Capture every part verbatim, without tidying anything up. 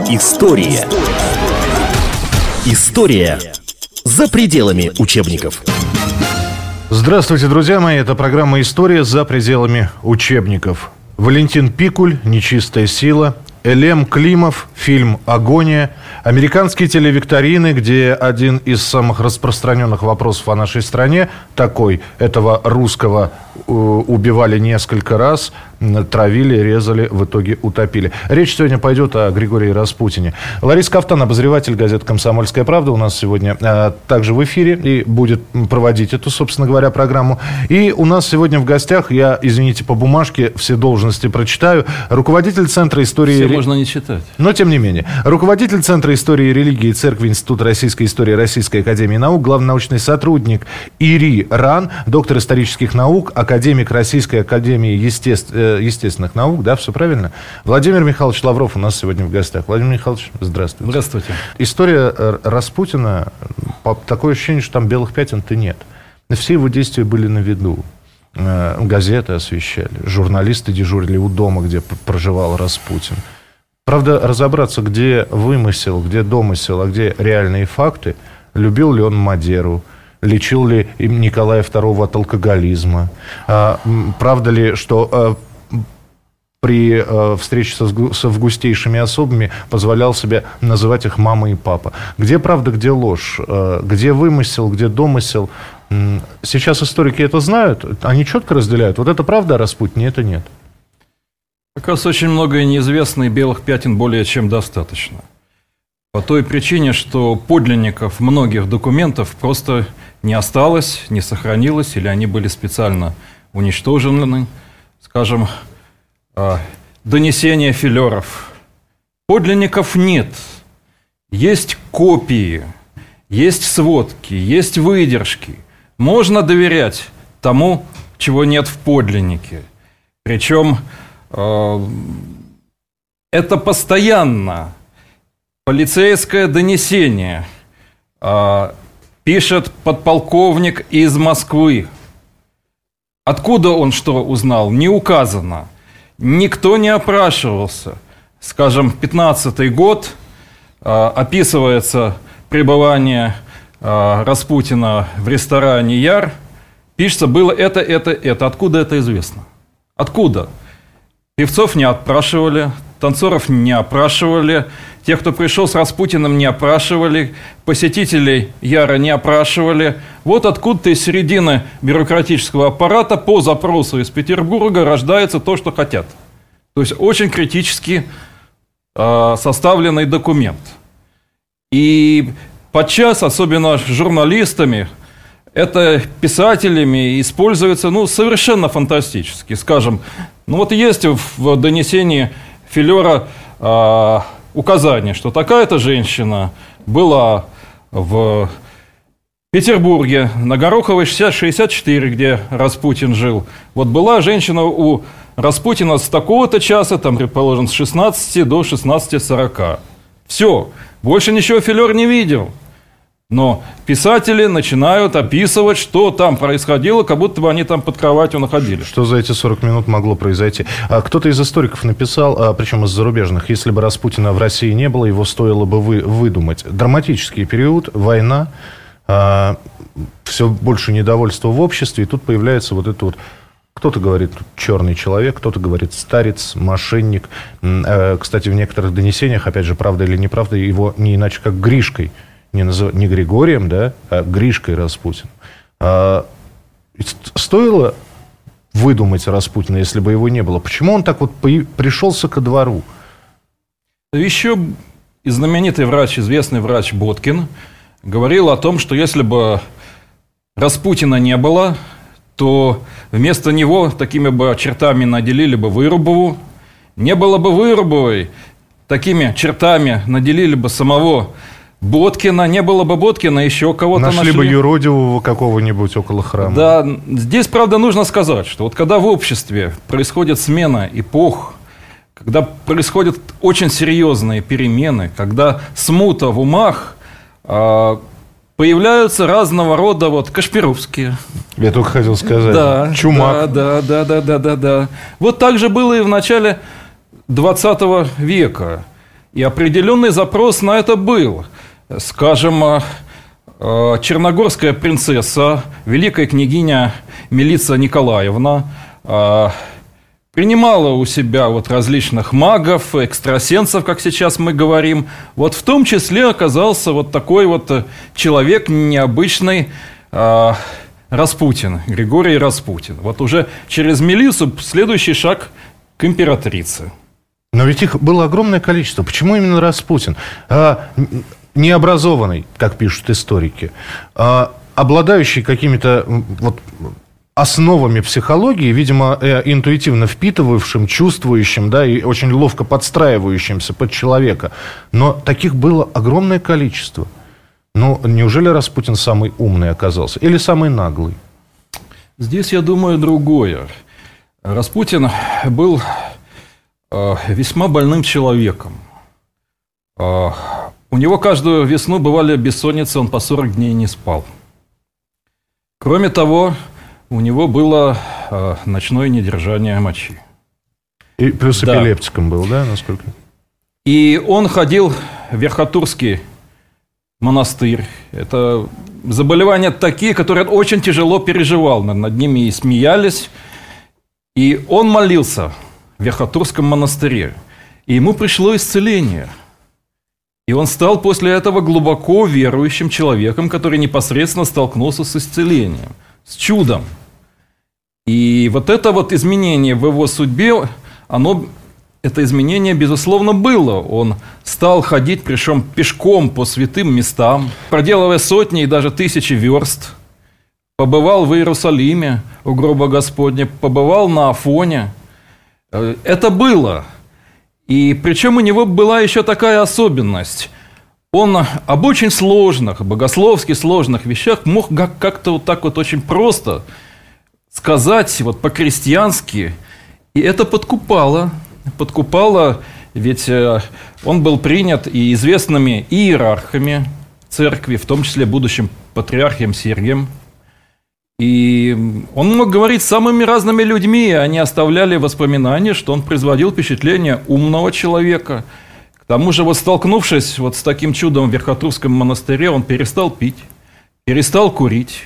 История. История за пределами учебников. Здравствуйте, друзья мои. Это программа «История за пределами учебников». Валентин Пикуль, «Нечистая сила», Элем Климов, фильм «Агония», американские телевикторины, где один из самых распространенных вопросов о нашей стране такой: этого русского э, убивали несколько раз, травили, резали, в итоге утопили. Речь сегодня пойдет о Григории Распутине. Лариса Кафтан, обозреватель газеты «Комсомольская правда», у нас сегодня э, также в эфире и будет проводить эту, собственно говоря, программу. И у нас сегодня в гостях, я, извините, по бумажке все должности прочитаю, руководитель Центра истории... Все можно не читать. Но, тем не менее, руководитель Центра истории и религии Церкви Института российской истории Российской академии наук, главный научный сотрудник ИРИ РАН, доктор исторических наук, академик Российской академии естеств... естественных наук, да, все правильно? Владимир Михайлович Лавров у нас сегодня в гостях. Владимир Михайлович, здравствуйте. Здравствуйте. История Распутина, такое ощущение, что там белых пятен-то нет. Все его действия были на виду. Газеты освещали, журналисты дежурили у дома, где проживал Распутин. Правда, разобраться, где вымысел, где домысел, а где реальные факты, любил ли он Мадеру, лечил ли им Николая второго от алкоголизма, а, правда ли, что а, при а, встрече со, с августейшими особами позволял себе называть их мама и папа. Где правда, где ложь, а, где вымысел, где домысел. Сейчас историки это знают, они четко разделяют. Вот это правда о Распутине, это нет. Как раз очень многое неизвестно, и белых пятен более чем достаточно. По той причине, что подлинников многих документов просто не осталось, не сохранилось, или они были специально уничтожены. Скажем, донесения филеров. Подлинников нет. Есть копии, есть сводки, есть выдержки. Можно доверять тому, чего нет в подлиннике. Причем это постоянно полицейское донесение пишет подполковник из Москвы. Откуда он что узнал, не указано. Никто не опрашивался. Скажем, пятнадцатый год, описывается пребывание Распутина в ресторане «Яр». Пишется, было это, это, это. Откуда это известно? Откуда? Певцов не опрашивали, танцоров не опрашивали, тех, кто пришел с Распутиным, не опрашивали, посетителей Яра не опрашивали. Вот откуда-то из середины бюрократического аппарата по запросу из Петербурга рождается то, что хотят. То есть очень критически э, составленный документ. И подчас, особенно журналистами, это писателями используется, ну, совершенно фантастически. Скажем, ну вот есть в донесении филера э, указание, что такая-то женщина была в Петербурге на Гороховой шестьдесят четыре, где Распутин жил. Вот была женщина у Распутина с такого-то часа, там, предположим, с шестнадцати до шестнадцати сорока. Все, больше ничего филер не видел. Но писатели начинают описывать, что там происходило, как будто бы они там под кроватью находились. Что за эти сорок минут могло произойти? А кто-то из историков написал, а, причем из зарубежных, если бы Распутина в России не было, его стоило бы вы, выдумать. Драматический период, война, а, все больше недовольства в обществе, и тут появляется вот это вот... Кто-то говорит черный человек, кто-то говорит старец, мошенник. Кстати, в некоторых донесениях, опять же, правда или неправда, его не иначе как Гришкой, не, назыв... не Григорием, да, а Гришкой Распутин. А... Стоило выдумать Распутина, если бы его не было? Почему он так вот по... пришелся ко двору? Еще и знаменитый врач, известный врач Боткин говорил о том, что если бы Распутина не было, то вместо него такими бы чертами наделили бы Вырубову. Не было бы Вырубовой, такими чертами наделили бы самого Боткина. Не было бы Боткина, еще кого-то нашли. Нашли бы юродивого какого-нибудь около храма. Да, здесь, правда, нужно сказать, что вот когда в обществе происходит смена эпох, когда происходят очень серьезные перемены, когда смута в умах, появляются разного рода вот Кашпировские. Я только хотел сказать. Да, Чумак. Да, да, да, да, да, да. Вот так же было и в начале двадцатого века. И определенный запрос на это был. Скажем, черногорская принцесса, великая княгиня Милица Николаевна, принимала у себя вот различных магов, экстрасенсов, как сейчас мы говорим. Вот в том числе оказался вот такой вот человек необычный, э, Распутин, Григорий Распутин. Вот уже через Мелиссу следующий шаг к императрице. Но ведь их было огромное количество. Почему именно Распутин? А, необразованный, как пишут историки, а, обладающий какими-то вот основами психологии, видимо, э, интуитивно впитывающим, чувствующим, да, и очень ловко подстраивающимся под человека. Но таких было огромное количество. Ну, неужели Распутин самый умный оказался? Или самый наглый? Здесь, я думаю, другое. Распутин был э, весьма больным человеком. Э, у него каждую весну бывали бессонницы, он по сорок дней не спал. Кроме того, у него было э, ночное недержание мочи. И плюс да. эпилептиком был, да, насколько? И он ходил в Верхотурский монастырь. Это заболевания такие, которые он очень тяжело переживал. Над ними и смеялись. И он молился в Верхотурском монастыре. И ему пришло исцеление. И он стал после этого глубоко верующим человеком, который непосредственно столкнулся с исцелением, с чудом. И вот это вот изменение в его судьбе, оно, это изменение, безусловно, было. Он стал ходить, причем пешком по святым местам, проделывая сотни и даже тысячи верст. Побывал в Иерусалиме у гроба Господня, побывал на Афоне. Это было. И причем у него была еще такая особенность. Он об очень сложных, богословски сложных вещах мог как-то вот так вот очень просто сказать, вот по-крестьянски. И это подкупало. Подкупало, ведь он был принят и известными иерархами церкви, в том числе будущим патриархом Сергием. И он мог говорить с самыми разными людьми, и они оставляли воспоминания, что он производил впечатление умного человека. К тому же, вот столкнувшись вот с таким чудом в Верхотурском монастыре, он перестал пить, перестал курить.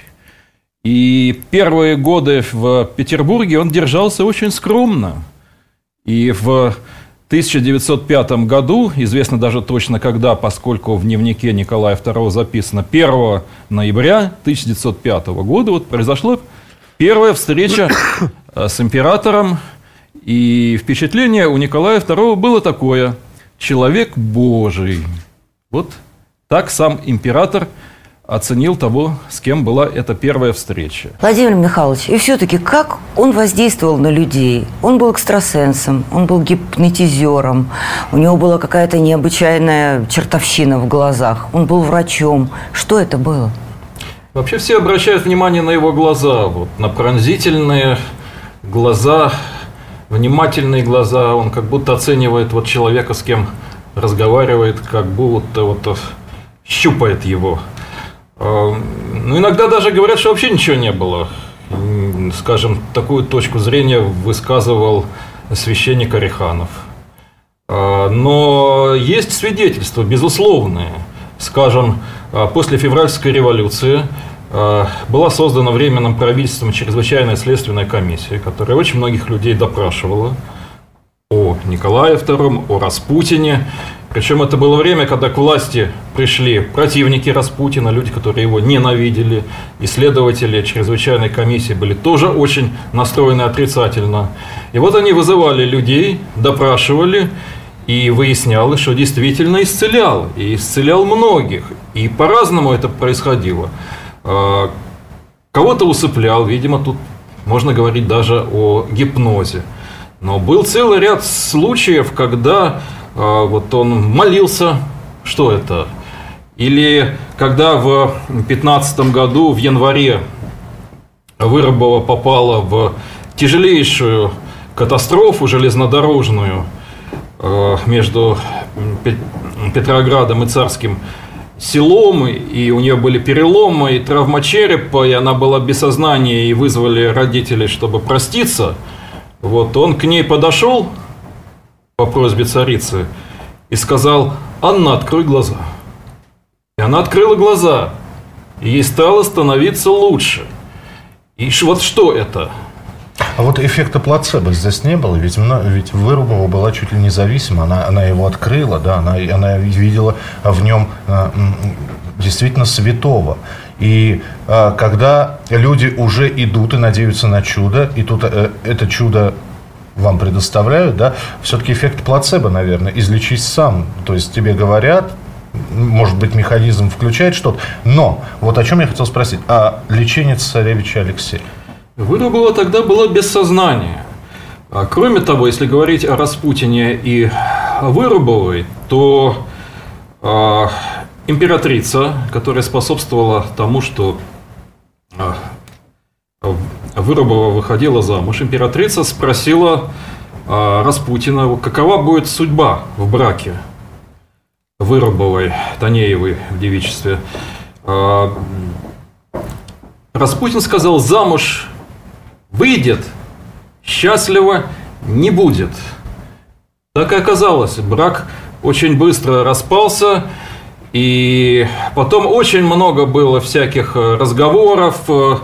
И первые годы в Петербурге он держался очень скромно. И в тысяча девятьсот пятом году, известно даже точно когда, поскольку в дневнике Николая второго записано первого ноября тысяча девятьсот пятого года, вот произошла первая встреча с императором, и впечатление у Николая второго было такое: человек Божий. Вот так сам император оценил того, с кем была эта первая встреча. Владимир Михайлович, и все-таки как он воздействовал на людей? Он был экстрасенсом, он был гипнотизером, у него была какая-то необычайная чертовщина в глазах, он был врачом. Что это было? Вообще все обращают внимание на его глаза, вот, на пронзительные глаза, внимательные глаза. Он как будто оценивает вот человека, с кем разговаривает, как будто вот щупает его. Ну, иногда даже говорят, что вообще ничего не было. Скажем, такую точку зрения высказывал священник Ореханов. Но есть свидетельства, безусловные. Скажем, после февральской революции была создана Временным правительством чрезвычайная следственная комиссия, которая очень многих людей допрашивала о Николае втором, о Распутине. Причем это было время, когда к власти пришли противники Распутина, люди, которые его ненавидели. Исследователи чрезвычайной комиссии были тоже очень настроены отрицательно. И вот они вызывали людей, допрашивали, и выяснялось, что действительно исцелял. И исцелял многих. И по-разному это происходило. Кого-то усыплял, видимо, тут можно говорить даже о гипнозе. Но был целый ряд случаев, когда вот он молился, что это? Или когда в пятнадцатом году, в январе, Вырубова попала в тяжелейшую катастрофу железнодорожную между Петроградом и Царским Селом, и у нее были переломы и травма черепа, и она была без сознания, и вызвали родителей, чтобы проститься. Вот он к ней подошел по просьбе царицы и сказал: «Анна, открой глаза». И она открыла глаза, и ей стало становиться лучше. И вот что это? А вот эффекта плацебо здесь не было, ведь, ведь Вырубова была чуть ли независима, она, она его открыла, да, она, она видела в нем а, действительно святого. И а, когда люди уже идут и надеются на чудо, и тут а, это чудо вам предоставляют, да, все-таки эффект плацебо, наверное, излечись сам, то есть тебе говорят, может быть, механизм включает что-то, но вот о чем я хотел спросить, а лечение цесаревича Алексея? Вырубова тогда была без сознания. А кроме того, если говорить о Распутине и Вырубовой, то э, императрица, которая способствовала тому, что э, Вырубова выходила замуж, императрица спросила э, Распутина, какова будет судьба в браке Вырубовой, Танеевой в девичестве. Э, Распутин сказал: замуж выйдет, счастливо не будет. Так и оказалось. Брак очень быстро распался, и потом очень много было всяких разговоров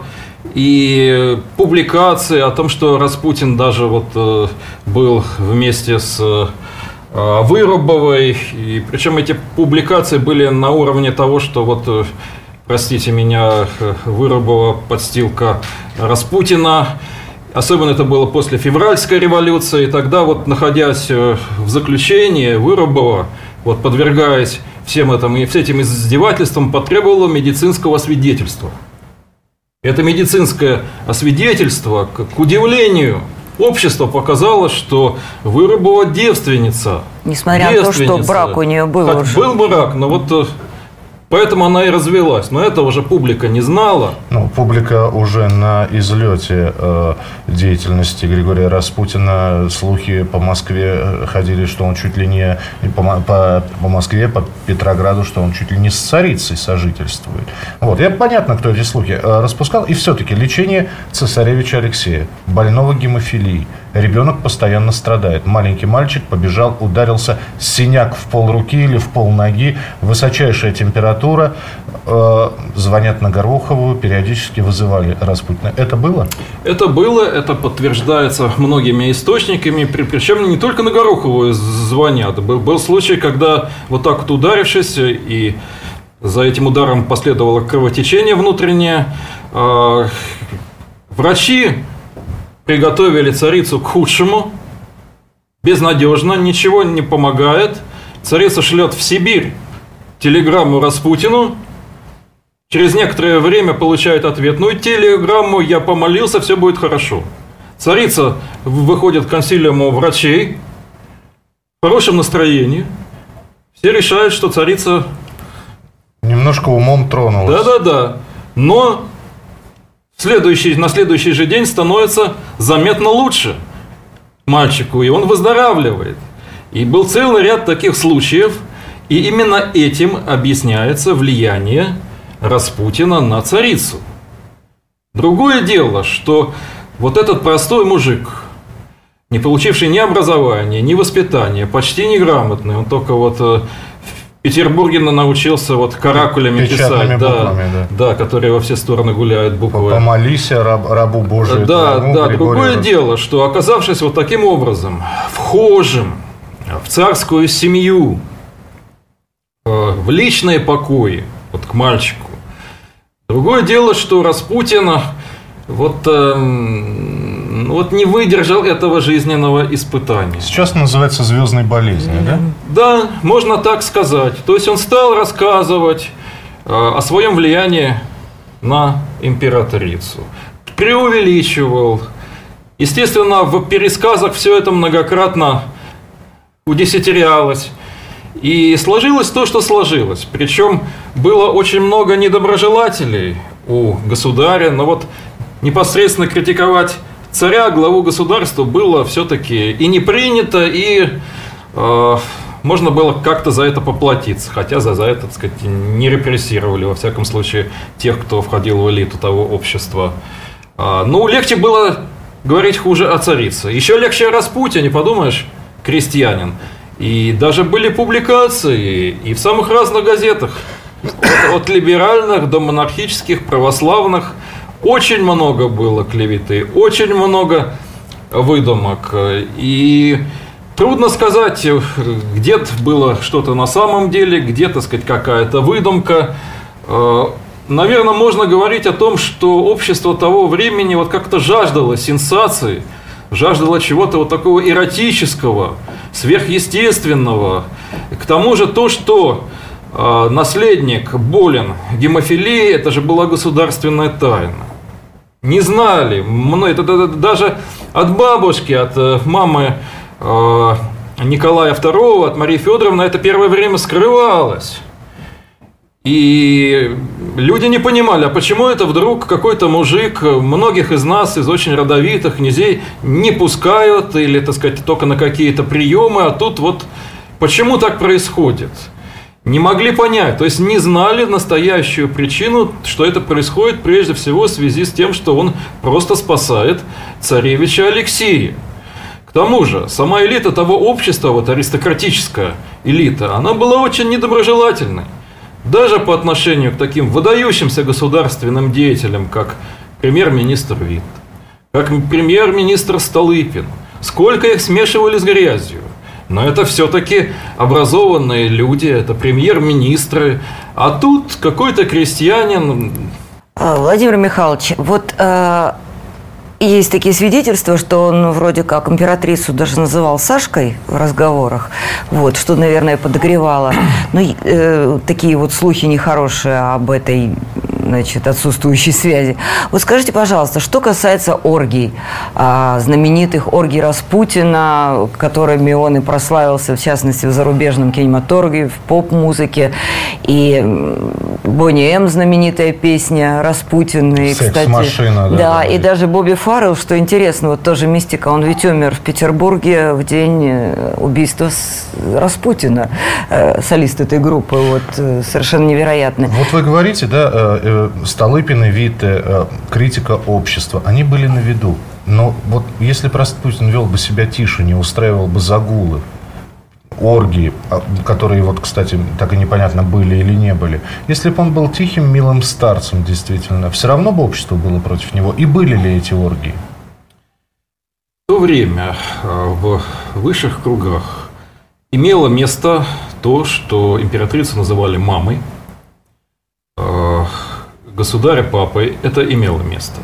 и публикаций о том, что Распутин даже вот был вместе с Вырубовой. И причем эти публикации были на уровне того, что вот, простите меня, Вырубова подстилка Распутина. Особенно это было после февральской революции. И тогда, вот, находясь в заключении, Вырубова, вот, подвергаясь всем этим, всем этим издевательствам, потребовала медицинского свидетельства. Это медицинское освидетельство, к удивлению, общество показало, что Вырубова девственница. Несмотря девственница. на то, что брак у нее был Хоть уже. Был брак, но вот... Поэтому она и развелась. Но это уже публика не знала. Ну, публика уже на излете э, деятельности Григория Распутина. Слухи по Москве ходили, что он чуть ли не по, по, по Москве, по Петрограду, что он чуть ли не с царицей сожительствует. Вот. Я понятно, кто эти слухи э, распускал. И все-таки лечение цесаревича Алексея, больного гемофилией. Ребенок постоянно страдает. Маленький мальчик побежал, ударился, синяк в полруки или в полноги, высочайшая температура. Э, звонят на Гороховую, периодически вызывали Распутина. Это было? Это было, это подтверждается многими источниками, причем не только на Гороховую звонят. Был, был случай, когда вот так вот ударившись, и за этим ударом последовало кровотечение внутреннее, э, врачи приготовили царицу к худшему, безнадежно, ничего не помогает. Царица шлет в Сибирь телеграмму Распутину. Через некоторое время получает ответную телеграмму: «Я помолился, все будет хорошо». Царица выходит к консилиуму врачей в хорошем настроении. Все решают, что царица... Немножко умом тронулась. Да-да-да. Но... Следующий, на следующий же день становится заметно лучше мальчику, и он выздоравливает. И был целый ряд таких случаев, и именно этим объясняется влияние Распутина на царицу. Другое дело, что вот этот простой мужик, не получивший ни образования, ни воспитания, почти неграмотный, он только вот... в Петербурге научился вот каракулями писать, да, буквами, да. да, которые во все стороны гуляют буквы. Помолись, раб, рабу Божию. Да, твоему, да. Григорию. Другое дело, что, оказавшись вот таким образом вхожим в царскую семью, в личные покои, вот к мальчику. Другое дело, что Распутин вот, э, вот не выдержал этого жизненного испытания. Сейчас называется звездной болезнью, да? Да, можно так сказать. То есть он стал рассказывать э, о своем влиянии на императрицу. Преувеличивал. Естественно, в пересказах все это многократно удесятерялось. И сложилось то, что сложилось. Причем было очень много недоброжелателей у государя, но вот непосредственно критиковать царя, главу государства, было все-таки и не принято, и э, можно было как-то за это поплатиться. Хотя за, за это, так сказать, не репрессировали, во всяком случае, тех, кто входил в элиту того общества. Э, ну, легче было говорить хуже о царице. Еще легче о Распутине, подумаешь, крестьянин. И даже были публикации и в самых разных газетах. От, от либеральных до монархических, православных. Очень много было клеветы, очень много выдумок. И трудно сказать, где-то было что-то на самом деле, где-то, так сказать, какая-то выдумка. Наверное, можно говорить о том, что общество того времени вот как-то жаждало сенсаций, жаждало чего-то вот такого эротического, сверхъестественного. К тому же то, что э, наследник болен гемофилией, это же была государственная тайна. Не знали, это, это, это, даже от бабушки, от мамы э, Николая второго, от Марии Федоровны это первое время скрывалось. И люди не понимали, а почему это вдруг какой-то мужик, многих из нас, из очень родовитых князей, не пускают или, так сказать, только на какие-то приемы, а тут вот почему так происходит? Не могли понять, то есть не знали настоящую причину, что это происходит прежде всего в связи с тем, что он просто спасает царевича Алексея. К тому же, сама элита того общества, вот аристократическая элита, она была очень недоброжелательной. Даже по отношению к таким выдающимся государственным деятелям, как премьер-министр Витт, как премьер-министр Столыпин. Сколько их смешивали с грязью. Но это все-таки образованные люди, это премьер-министры. А тут какой-то крестьянин... Владимир Михайлович, вот... Э... Есть такие свидетельства, что он вроде как императрицу даже называл Сашкой в разговорах, вот, что, наверное, подогревало. Но э, такие вот слухи нехорошие об этой, значит, отсутствующей связи. Вот скажите, пожалуйста, что касается оргий, э, знаменитых оргий Распутина, которыми он и прославился, в частности, в зарубежном кинематографе, в поп-музыке, и Бонни М, знаменитая песня Распутин, и, кстати, «Секс-машина», да, да, да, и даже Бобби Фаррелл, что интересно, вот тоже мистика, он ведь умер в Петербурге в день убийства Распутина, э, солист этой группы, вот, э, совершенно невероятно. Вот вы говорите, да, э, э, Столыпин и Витт, э, критика общества, они были на виду, но вот если бы Распутин вел бы себя тише, не устраивал бы загулы, оргии, которые, вот, кстати, так и непонятно, были или не были. Если бы он был тихим, милым старцем, действительно, все равно бы общество было против него. И были ли эти оргии? В то время в высших кругах имело место то, что императрицу называли мамой, государя папой. Это имело место.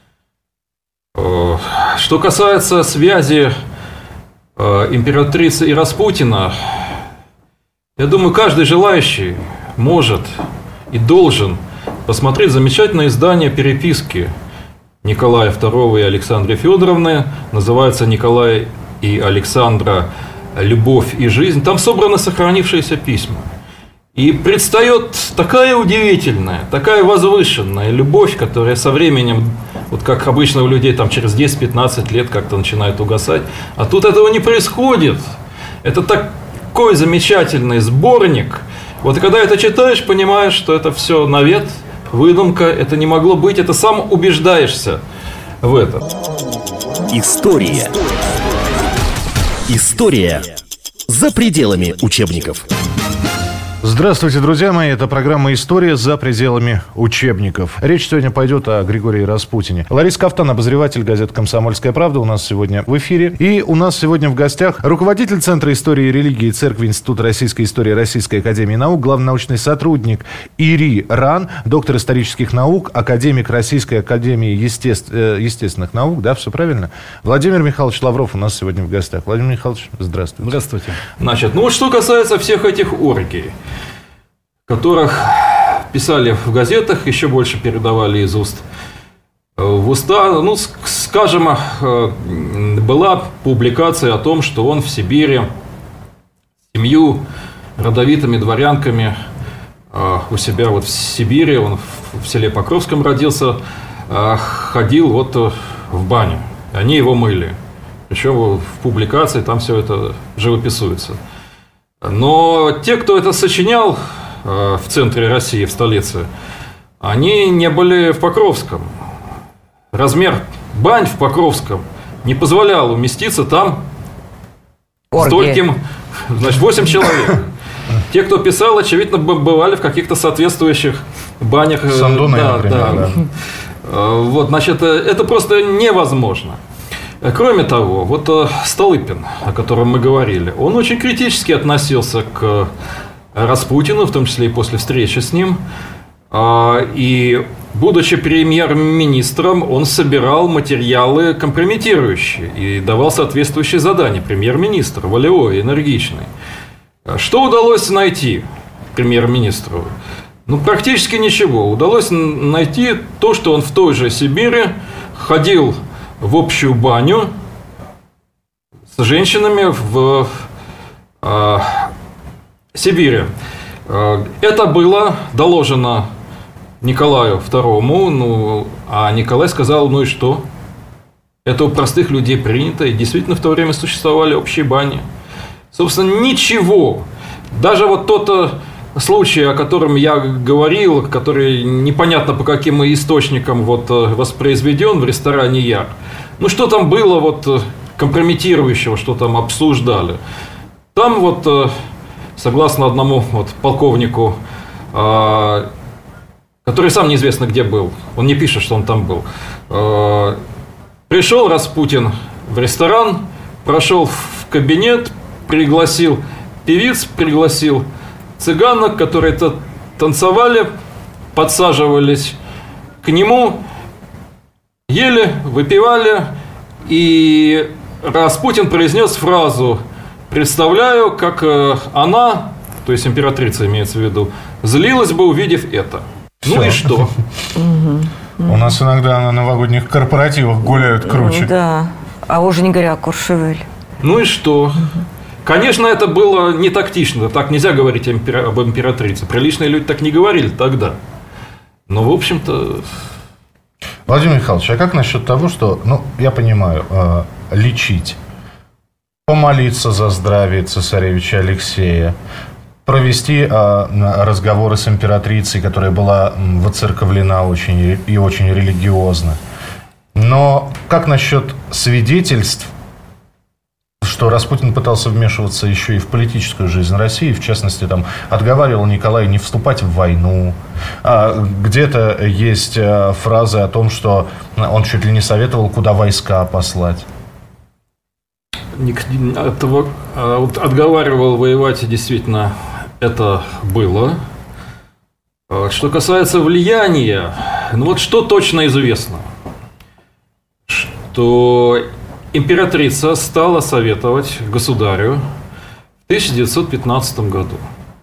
Что касается связи императрицы и Распутина, я думаю, каждый желающий может и должен посмотреть замечательное издание переписки Николая второго и Александры Федоровны. Называется «Николай и Александра. Любовь и жизнь». Там собраны сохранившиеся письма. И предстает такая удивительная, такая возвышенная любовь, которая со временем, вот как обычно у людей там через десять-пятнадцать лет как-то начинает угасать. А тут этого не происходит. Это такой замечательный сборник. Вот когда это читаешь, понимаешь, что это все навет, выдумка, это не могло быть, это сам убеждаешься в этом. История. История за пределами учебников. Здравствуйте, друзья мои. Это программа «История за пределами учебников». Речь сегодня пойдет о Григории Распутине. Лариса Кафтан, обозреватель газеты «Комсомольская правда», у нас сегодня в эфире. И у нас сегодня в гостях руководитель Центра истории и религии Церкви Института российской истории Российской академии наук, главный научный сотрудник ИРИ РАН, доктор исторических наук, академик Российской академии естеств... естественных наук. Да, все правильно? Владимир Михайлович Лавров у нас сегодня в гостях. Владимир Михайлович, здравствуйте. Здравствуйте. Значит, ну вот что касается всех этих оргий, которых писали в газетах, еще больше передавали из уст в уста. Ну, скажем, была публикация о том, что он в Сибири с семью родовитыми дворянками у себя вот в Сибири, он в селе Покровском родился, ходил вот в баню. Они его мыли. Причем в публикации там все это живописуется. Но те, кто это сочинял в центре России, в столице, они не были в Покровском. Размер бань в Покровском не позволял уместиться там Оргии. Стольким, значит, восемь человек. Те, кто писал, очевидно, бывали в каких-то соответствующих банях. Сандуны, да, например. Да. Да. Вот, значит, это просто невозможно. Кроме того, вот Столыпин, о котором мы говорили, он очень критически относился к Распутину, в том числе и после встречи с ним. И, будучи премьер-министром, он собирал материалы компрометирующие и давал соответствующие задания. Премьер-министр, волевой, энергичный. Что удалось найти премьер-министру? Ну, практически ничего. Удалось найти то, что он в той же Сибири ходил в общую баню с женщинами в э, Сибири. Это было доложено Николаю второму, ну, а Николай сказал, ну и что? Это у простых людей принято, и действительно в то время существовали общие бани. Собственно, ничего. Даже вот тот случай, о котором я говорил, который непонятно по каким источникам вот воспроизведен в ресторане «Яр». Ну, что там было вот компрометирующего, что там обсуждали? Там вот, согласно одному вот полковнику, который сам неизвестно где был, он не пишет, что он там был, пришел Распутин в ресторан, прошел в кабинет, пригласил певиц, пригласил цыганок, которые танцевали, подсаживались к нему, ели, выпивали, и Распутин произнес фразу: «Представляю, как она, то есть императрица имеется в виду, злилась бы, увидев это». Ну и что? У нас иногда на новогодних корпоративах гуляют круче. Да, а уже не говоря о Куршевель. Ну и что? Конечно, это было не тактично, так нельзя говорить об императрице. Приличные люди так не говорили тогда. Но, в общем-то... Владимир Михайлович, а как насчет того, что, ну, я понимаю, э, лечить, помолиться за здравие цесаревича Алексея, провести э, разговоры с императрицей, которая была воцерковлена очень и очень религиозно. Но как насчет свидетельств, что Распутин пытался вмешиваться еще и в политическую жизнь России, в частности, там, отговаривал Николая не вступать в войну. А где-то есть фразы о том, что он чуть ли не советовал, куда войска послать. Этого, вот, отговаривал воевать, действительно, это было. Что касается влияния, ну вот что точно известно, что императрица стала советовать государю в тысяча девятьсот пятнадцатом году.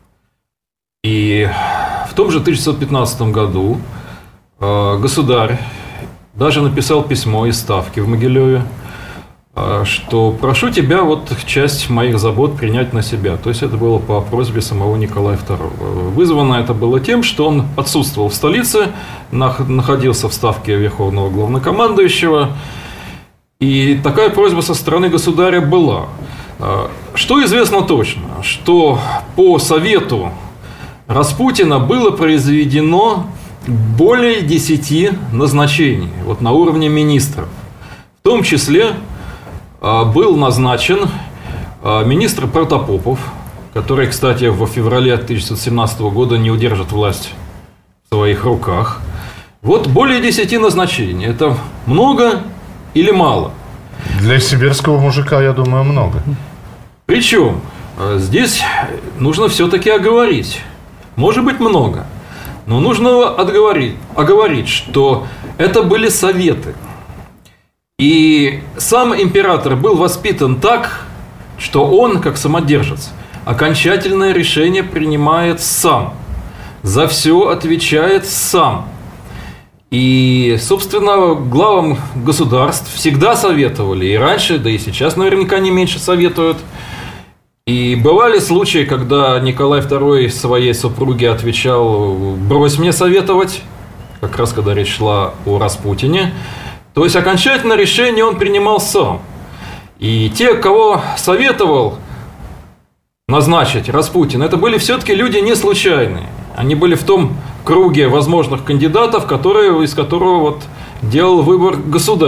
И в том же тысяча девятьсот пятнадцатом году э, государь даже написал письмо из Ставки в Могилеве, э, что прошу тебя вот часть моих забот принять на себя. То есть это было по просьбе самого Николая второго. Вызвано это было тем, что он отсутствовал в столице, находился в Ставке Верховного Главнокомандующего. И такая просьба со стороны государя была. Что известно точно? Что по совету Распутина было произведено более десяти назначений вот, на уровне министров. В том числе был назначен министр Протопопов, который, кстати, в феврале тысяча девятьсот семнадцатого года не удержит власть в своих руках. Вот более десяти назначений. Это много или мало? Для сибирского мужика, я думаю, много. Причем здесь нужно все-таки оговорить. Может быть, много. Но нужно отговорить, оговорить, что это были советы. И сам император был воспитан так, что он, как самодержец, окончательное решение принимает сам. За все отвечает сам. И, собственно, главам государств всегда советовали, и раньше, да и сейчас наверняка не меньше советуют. И бывали случаи, когда Николай второй своей супруге отвечал: «Брось мне советовать», как раз когда речь шла о Распутине. То есть окончательное решение он принимал сам. И те, кого советовал назначить Распутин, это были все-таки люди не случайные. Они были в том круге возможных кандидатов, которые, из которого вот делал выбор государь.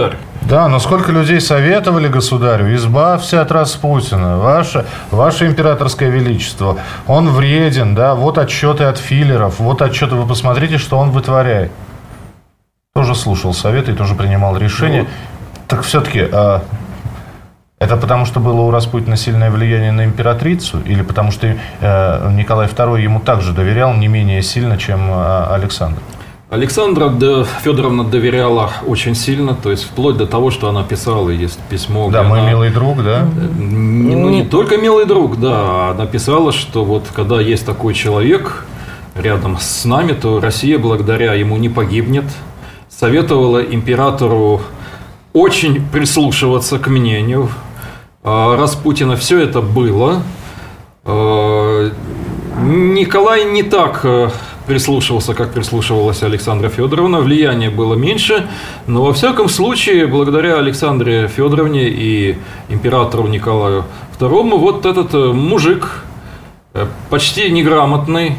Да, но сколько людей советовали государю: избавься от Распутина, ваше, ваше императорское величество, он вреден, да, вот отчеты от филлеров, вот отчеты, вы посмотрите, что он вытворяет. Тоже слушал советы и тоже принимал решения. Ну, так все-таки, а, это потому, что было у Распутина сильное влияние на императрицу, или потому что а, Николай второй ему также доверял не менее сильно, чем а, Александр? Александра Федоровна доверяла очень сильно, то есть вплоть до того, что она писала, есть письмо. Да, мой она, милый друг, да? Не, ну, не только милый друг, да, она писала, что вот когда есть такой человек рядом с нами, то Россия благодаря ему не погибнет. Советовала императору очень прислушиваться к мнению Распутина. Все это было. Николай не так прислушивался, как прислушивалась Александра Федоровна. Влияние было меньше, но во всяком случае, благодаря Александре Федоровне и императору Николаю второму, вот этот мужик, почти неграмотный,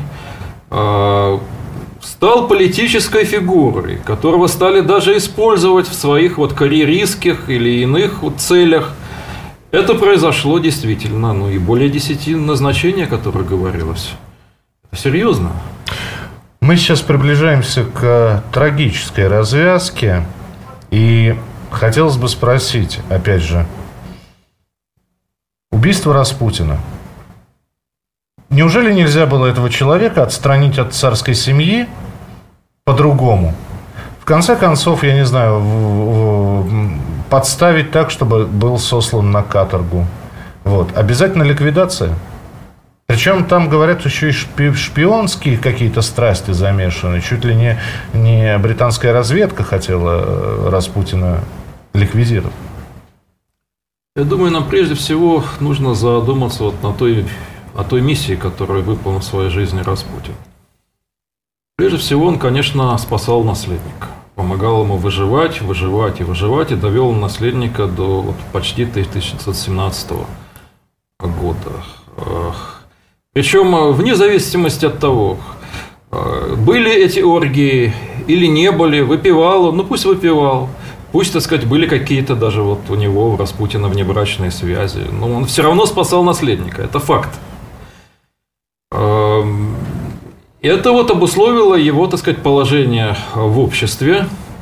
стал политической фигурой, которого стали даже использовать в своих вот карьеристских или иных вот целях. Это произошло действительно, ну и более десяти назначений, о которых говорилось. Это серьезно. Мы сейчас приближаемся к трагической развязке, и хотелось бы спросить, опять же, убийство Распутина. Неужели нельзя было этого человека отстранить от царской семьи по-другому? В конце концов, я не знаю, подставить так, чтобы был сослан на каторгу. Вот. Обязательно ликвидация? Причем там, говорят, еще и шпионские какие-то страсти замешаны. Чуть ли не, не британская разведка хотела Распутина ликвидировать. Я думаю, нам прежде всего нужно задуматься вот на той, о той миссии, которую выполнил в своей жизни Распутин. Прежде всего, он, конечно, спасал наследника. Помогал ему выживать, выживать и выживать, и довел наследника до вот, почти тысяча девятьсот семнадцатого года. Причем, вне зависимости от того, были эти оргии или не были, выпивал он, ну пусть выпивал, пусть, так сказать, были какие-то даже вот у него, у Распутина, внебрачные связи, но он все равно спасал наследника, это факт. Это вот обусловило его, так сказать, положение в обществе.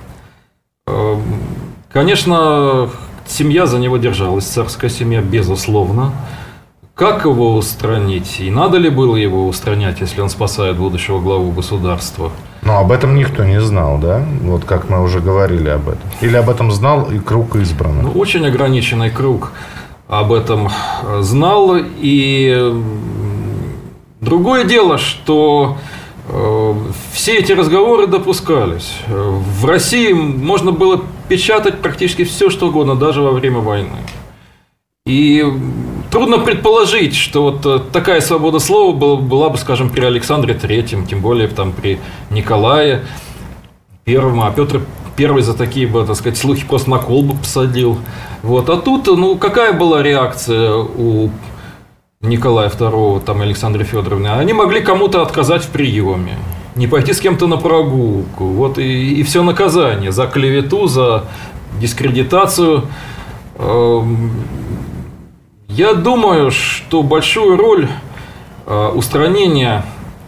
Конечно, семья за него держалась, царская семья, безусловно. Как его устранить? И надо ли было его устранять, если он спасает будущего главу государства? Но об этом никто не знал, да? Вот как мы уже говорили об этом. Или об этом знал и круг избранных? Ну, очень ограниченный круг об этом знал. И другое дело, что все эти разговоры допускались. В России можно было печатать практически все, что угодно, даже во время войны. И трудно предположить, что вот такая свобода слова была, была бы, скажем, при Александре Третьем, тем более там при Николае Первом, а Петр Первый за такие бы, так сказать, слухи просто на кол бы посадил. Вот. А тут, ну, какая была реакция у Николая Второго, там, Александры Федоровны? Они могли кому-то отказать в приеме, не пойти с кем-то на прогулку. Вот и, и все наказание за клевету, за дискредитацию. Я думаю, что большую роль устранения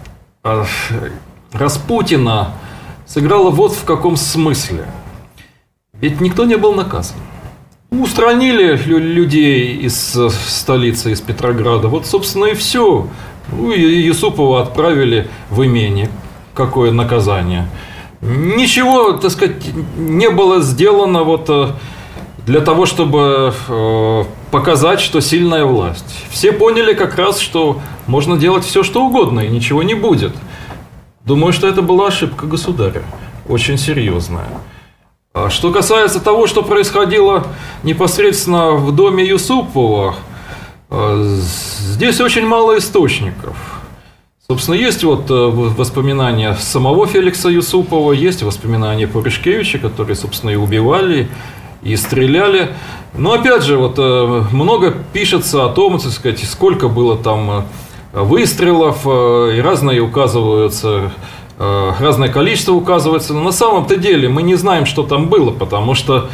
Распутина сыграло вот в каком смысле. Ведь никто не был наказан. Устранили людей из столицы, из Петрограда. Вот, собственно, и все. Ну, и Юсупова отправили в имение. Какое наказание? Ничего, так сказать, не было сделано вот для того, чтобы показать, что сильная власть. Все поняли как раз, что можно делать все, что угодно, и ничего не будет. Думаю, что это была ошибка государя. Очень серьезная. Что касается того, что происходило непосредственно в доме Юсупова, здесь очень мало источников. Собственно, есть вот воспоминания самого Феликса Юсупова, есть воспоминания Пуришкевича, которые, собственно, и убивали, и стреляли. Но, опять же, вот много пишется о том, так сказать, сколько было там выстрелов, и разные указываются, разное количество указывается. Но на самом-то деле мы не знаем, что там было, потому что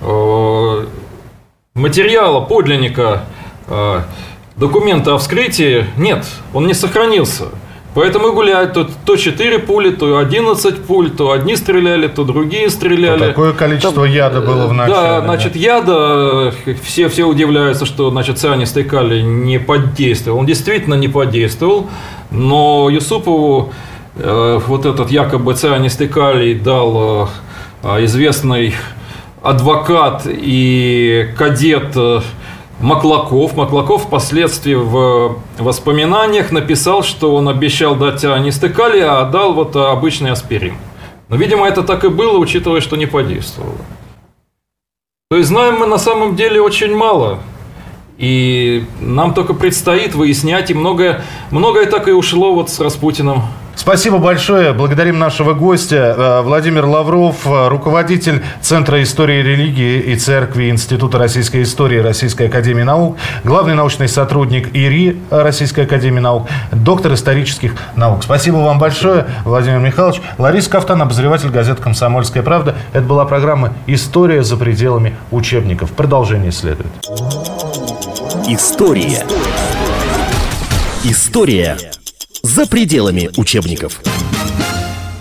э, материала, подлинника, э, документа о вскрытии нет, он не сохранился. Поэтому гуляют то, то четыре пули, то одиннадцать пуль, то одни стреляли, то другие стреляли. То такое количество то, яда было в начале. Да, значит, яда, все, все удивляются, что, значит, цианистый калий не подействовал. Он действительно не подействовал, но Юсупову э, вот этот якобы цианистый калий дал э, известный адвокат и кадет э, Маклаков. Маклаков впоследствии в воспоминаниях написал, что он обещал дать цианистый калий, а дал вот обычный аспирин. Но, видимо, это так и было, учитывая, что не подействовало. То есть знаем мы на самом деле очень мало. И нам только предстоит выяснять, и многое, многое так и ушло вот с Распутиным. Спасибо большое. Благодарим нашего гостя. Владимир Лавров, руководитель Центра истории религии и церкви Института российской истории Российской академии наук, главный научный сотрудник ИРИ Российской академии наук, доктор исторических наук. Спасибо вам большое, Владимир Михайлович. Лариса Кафтан, обозреватель газеты «Комсомольская правда». Это была программа «История за пределами учебников». Продолжение следует. История. История за пределами учебников.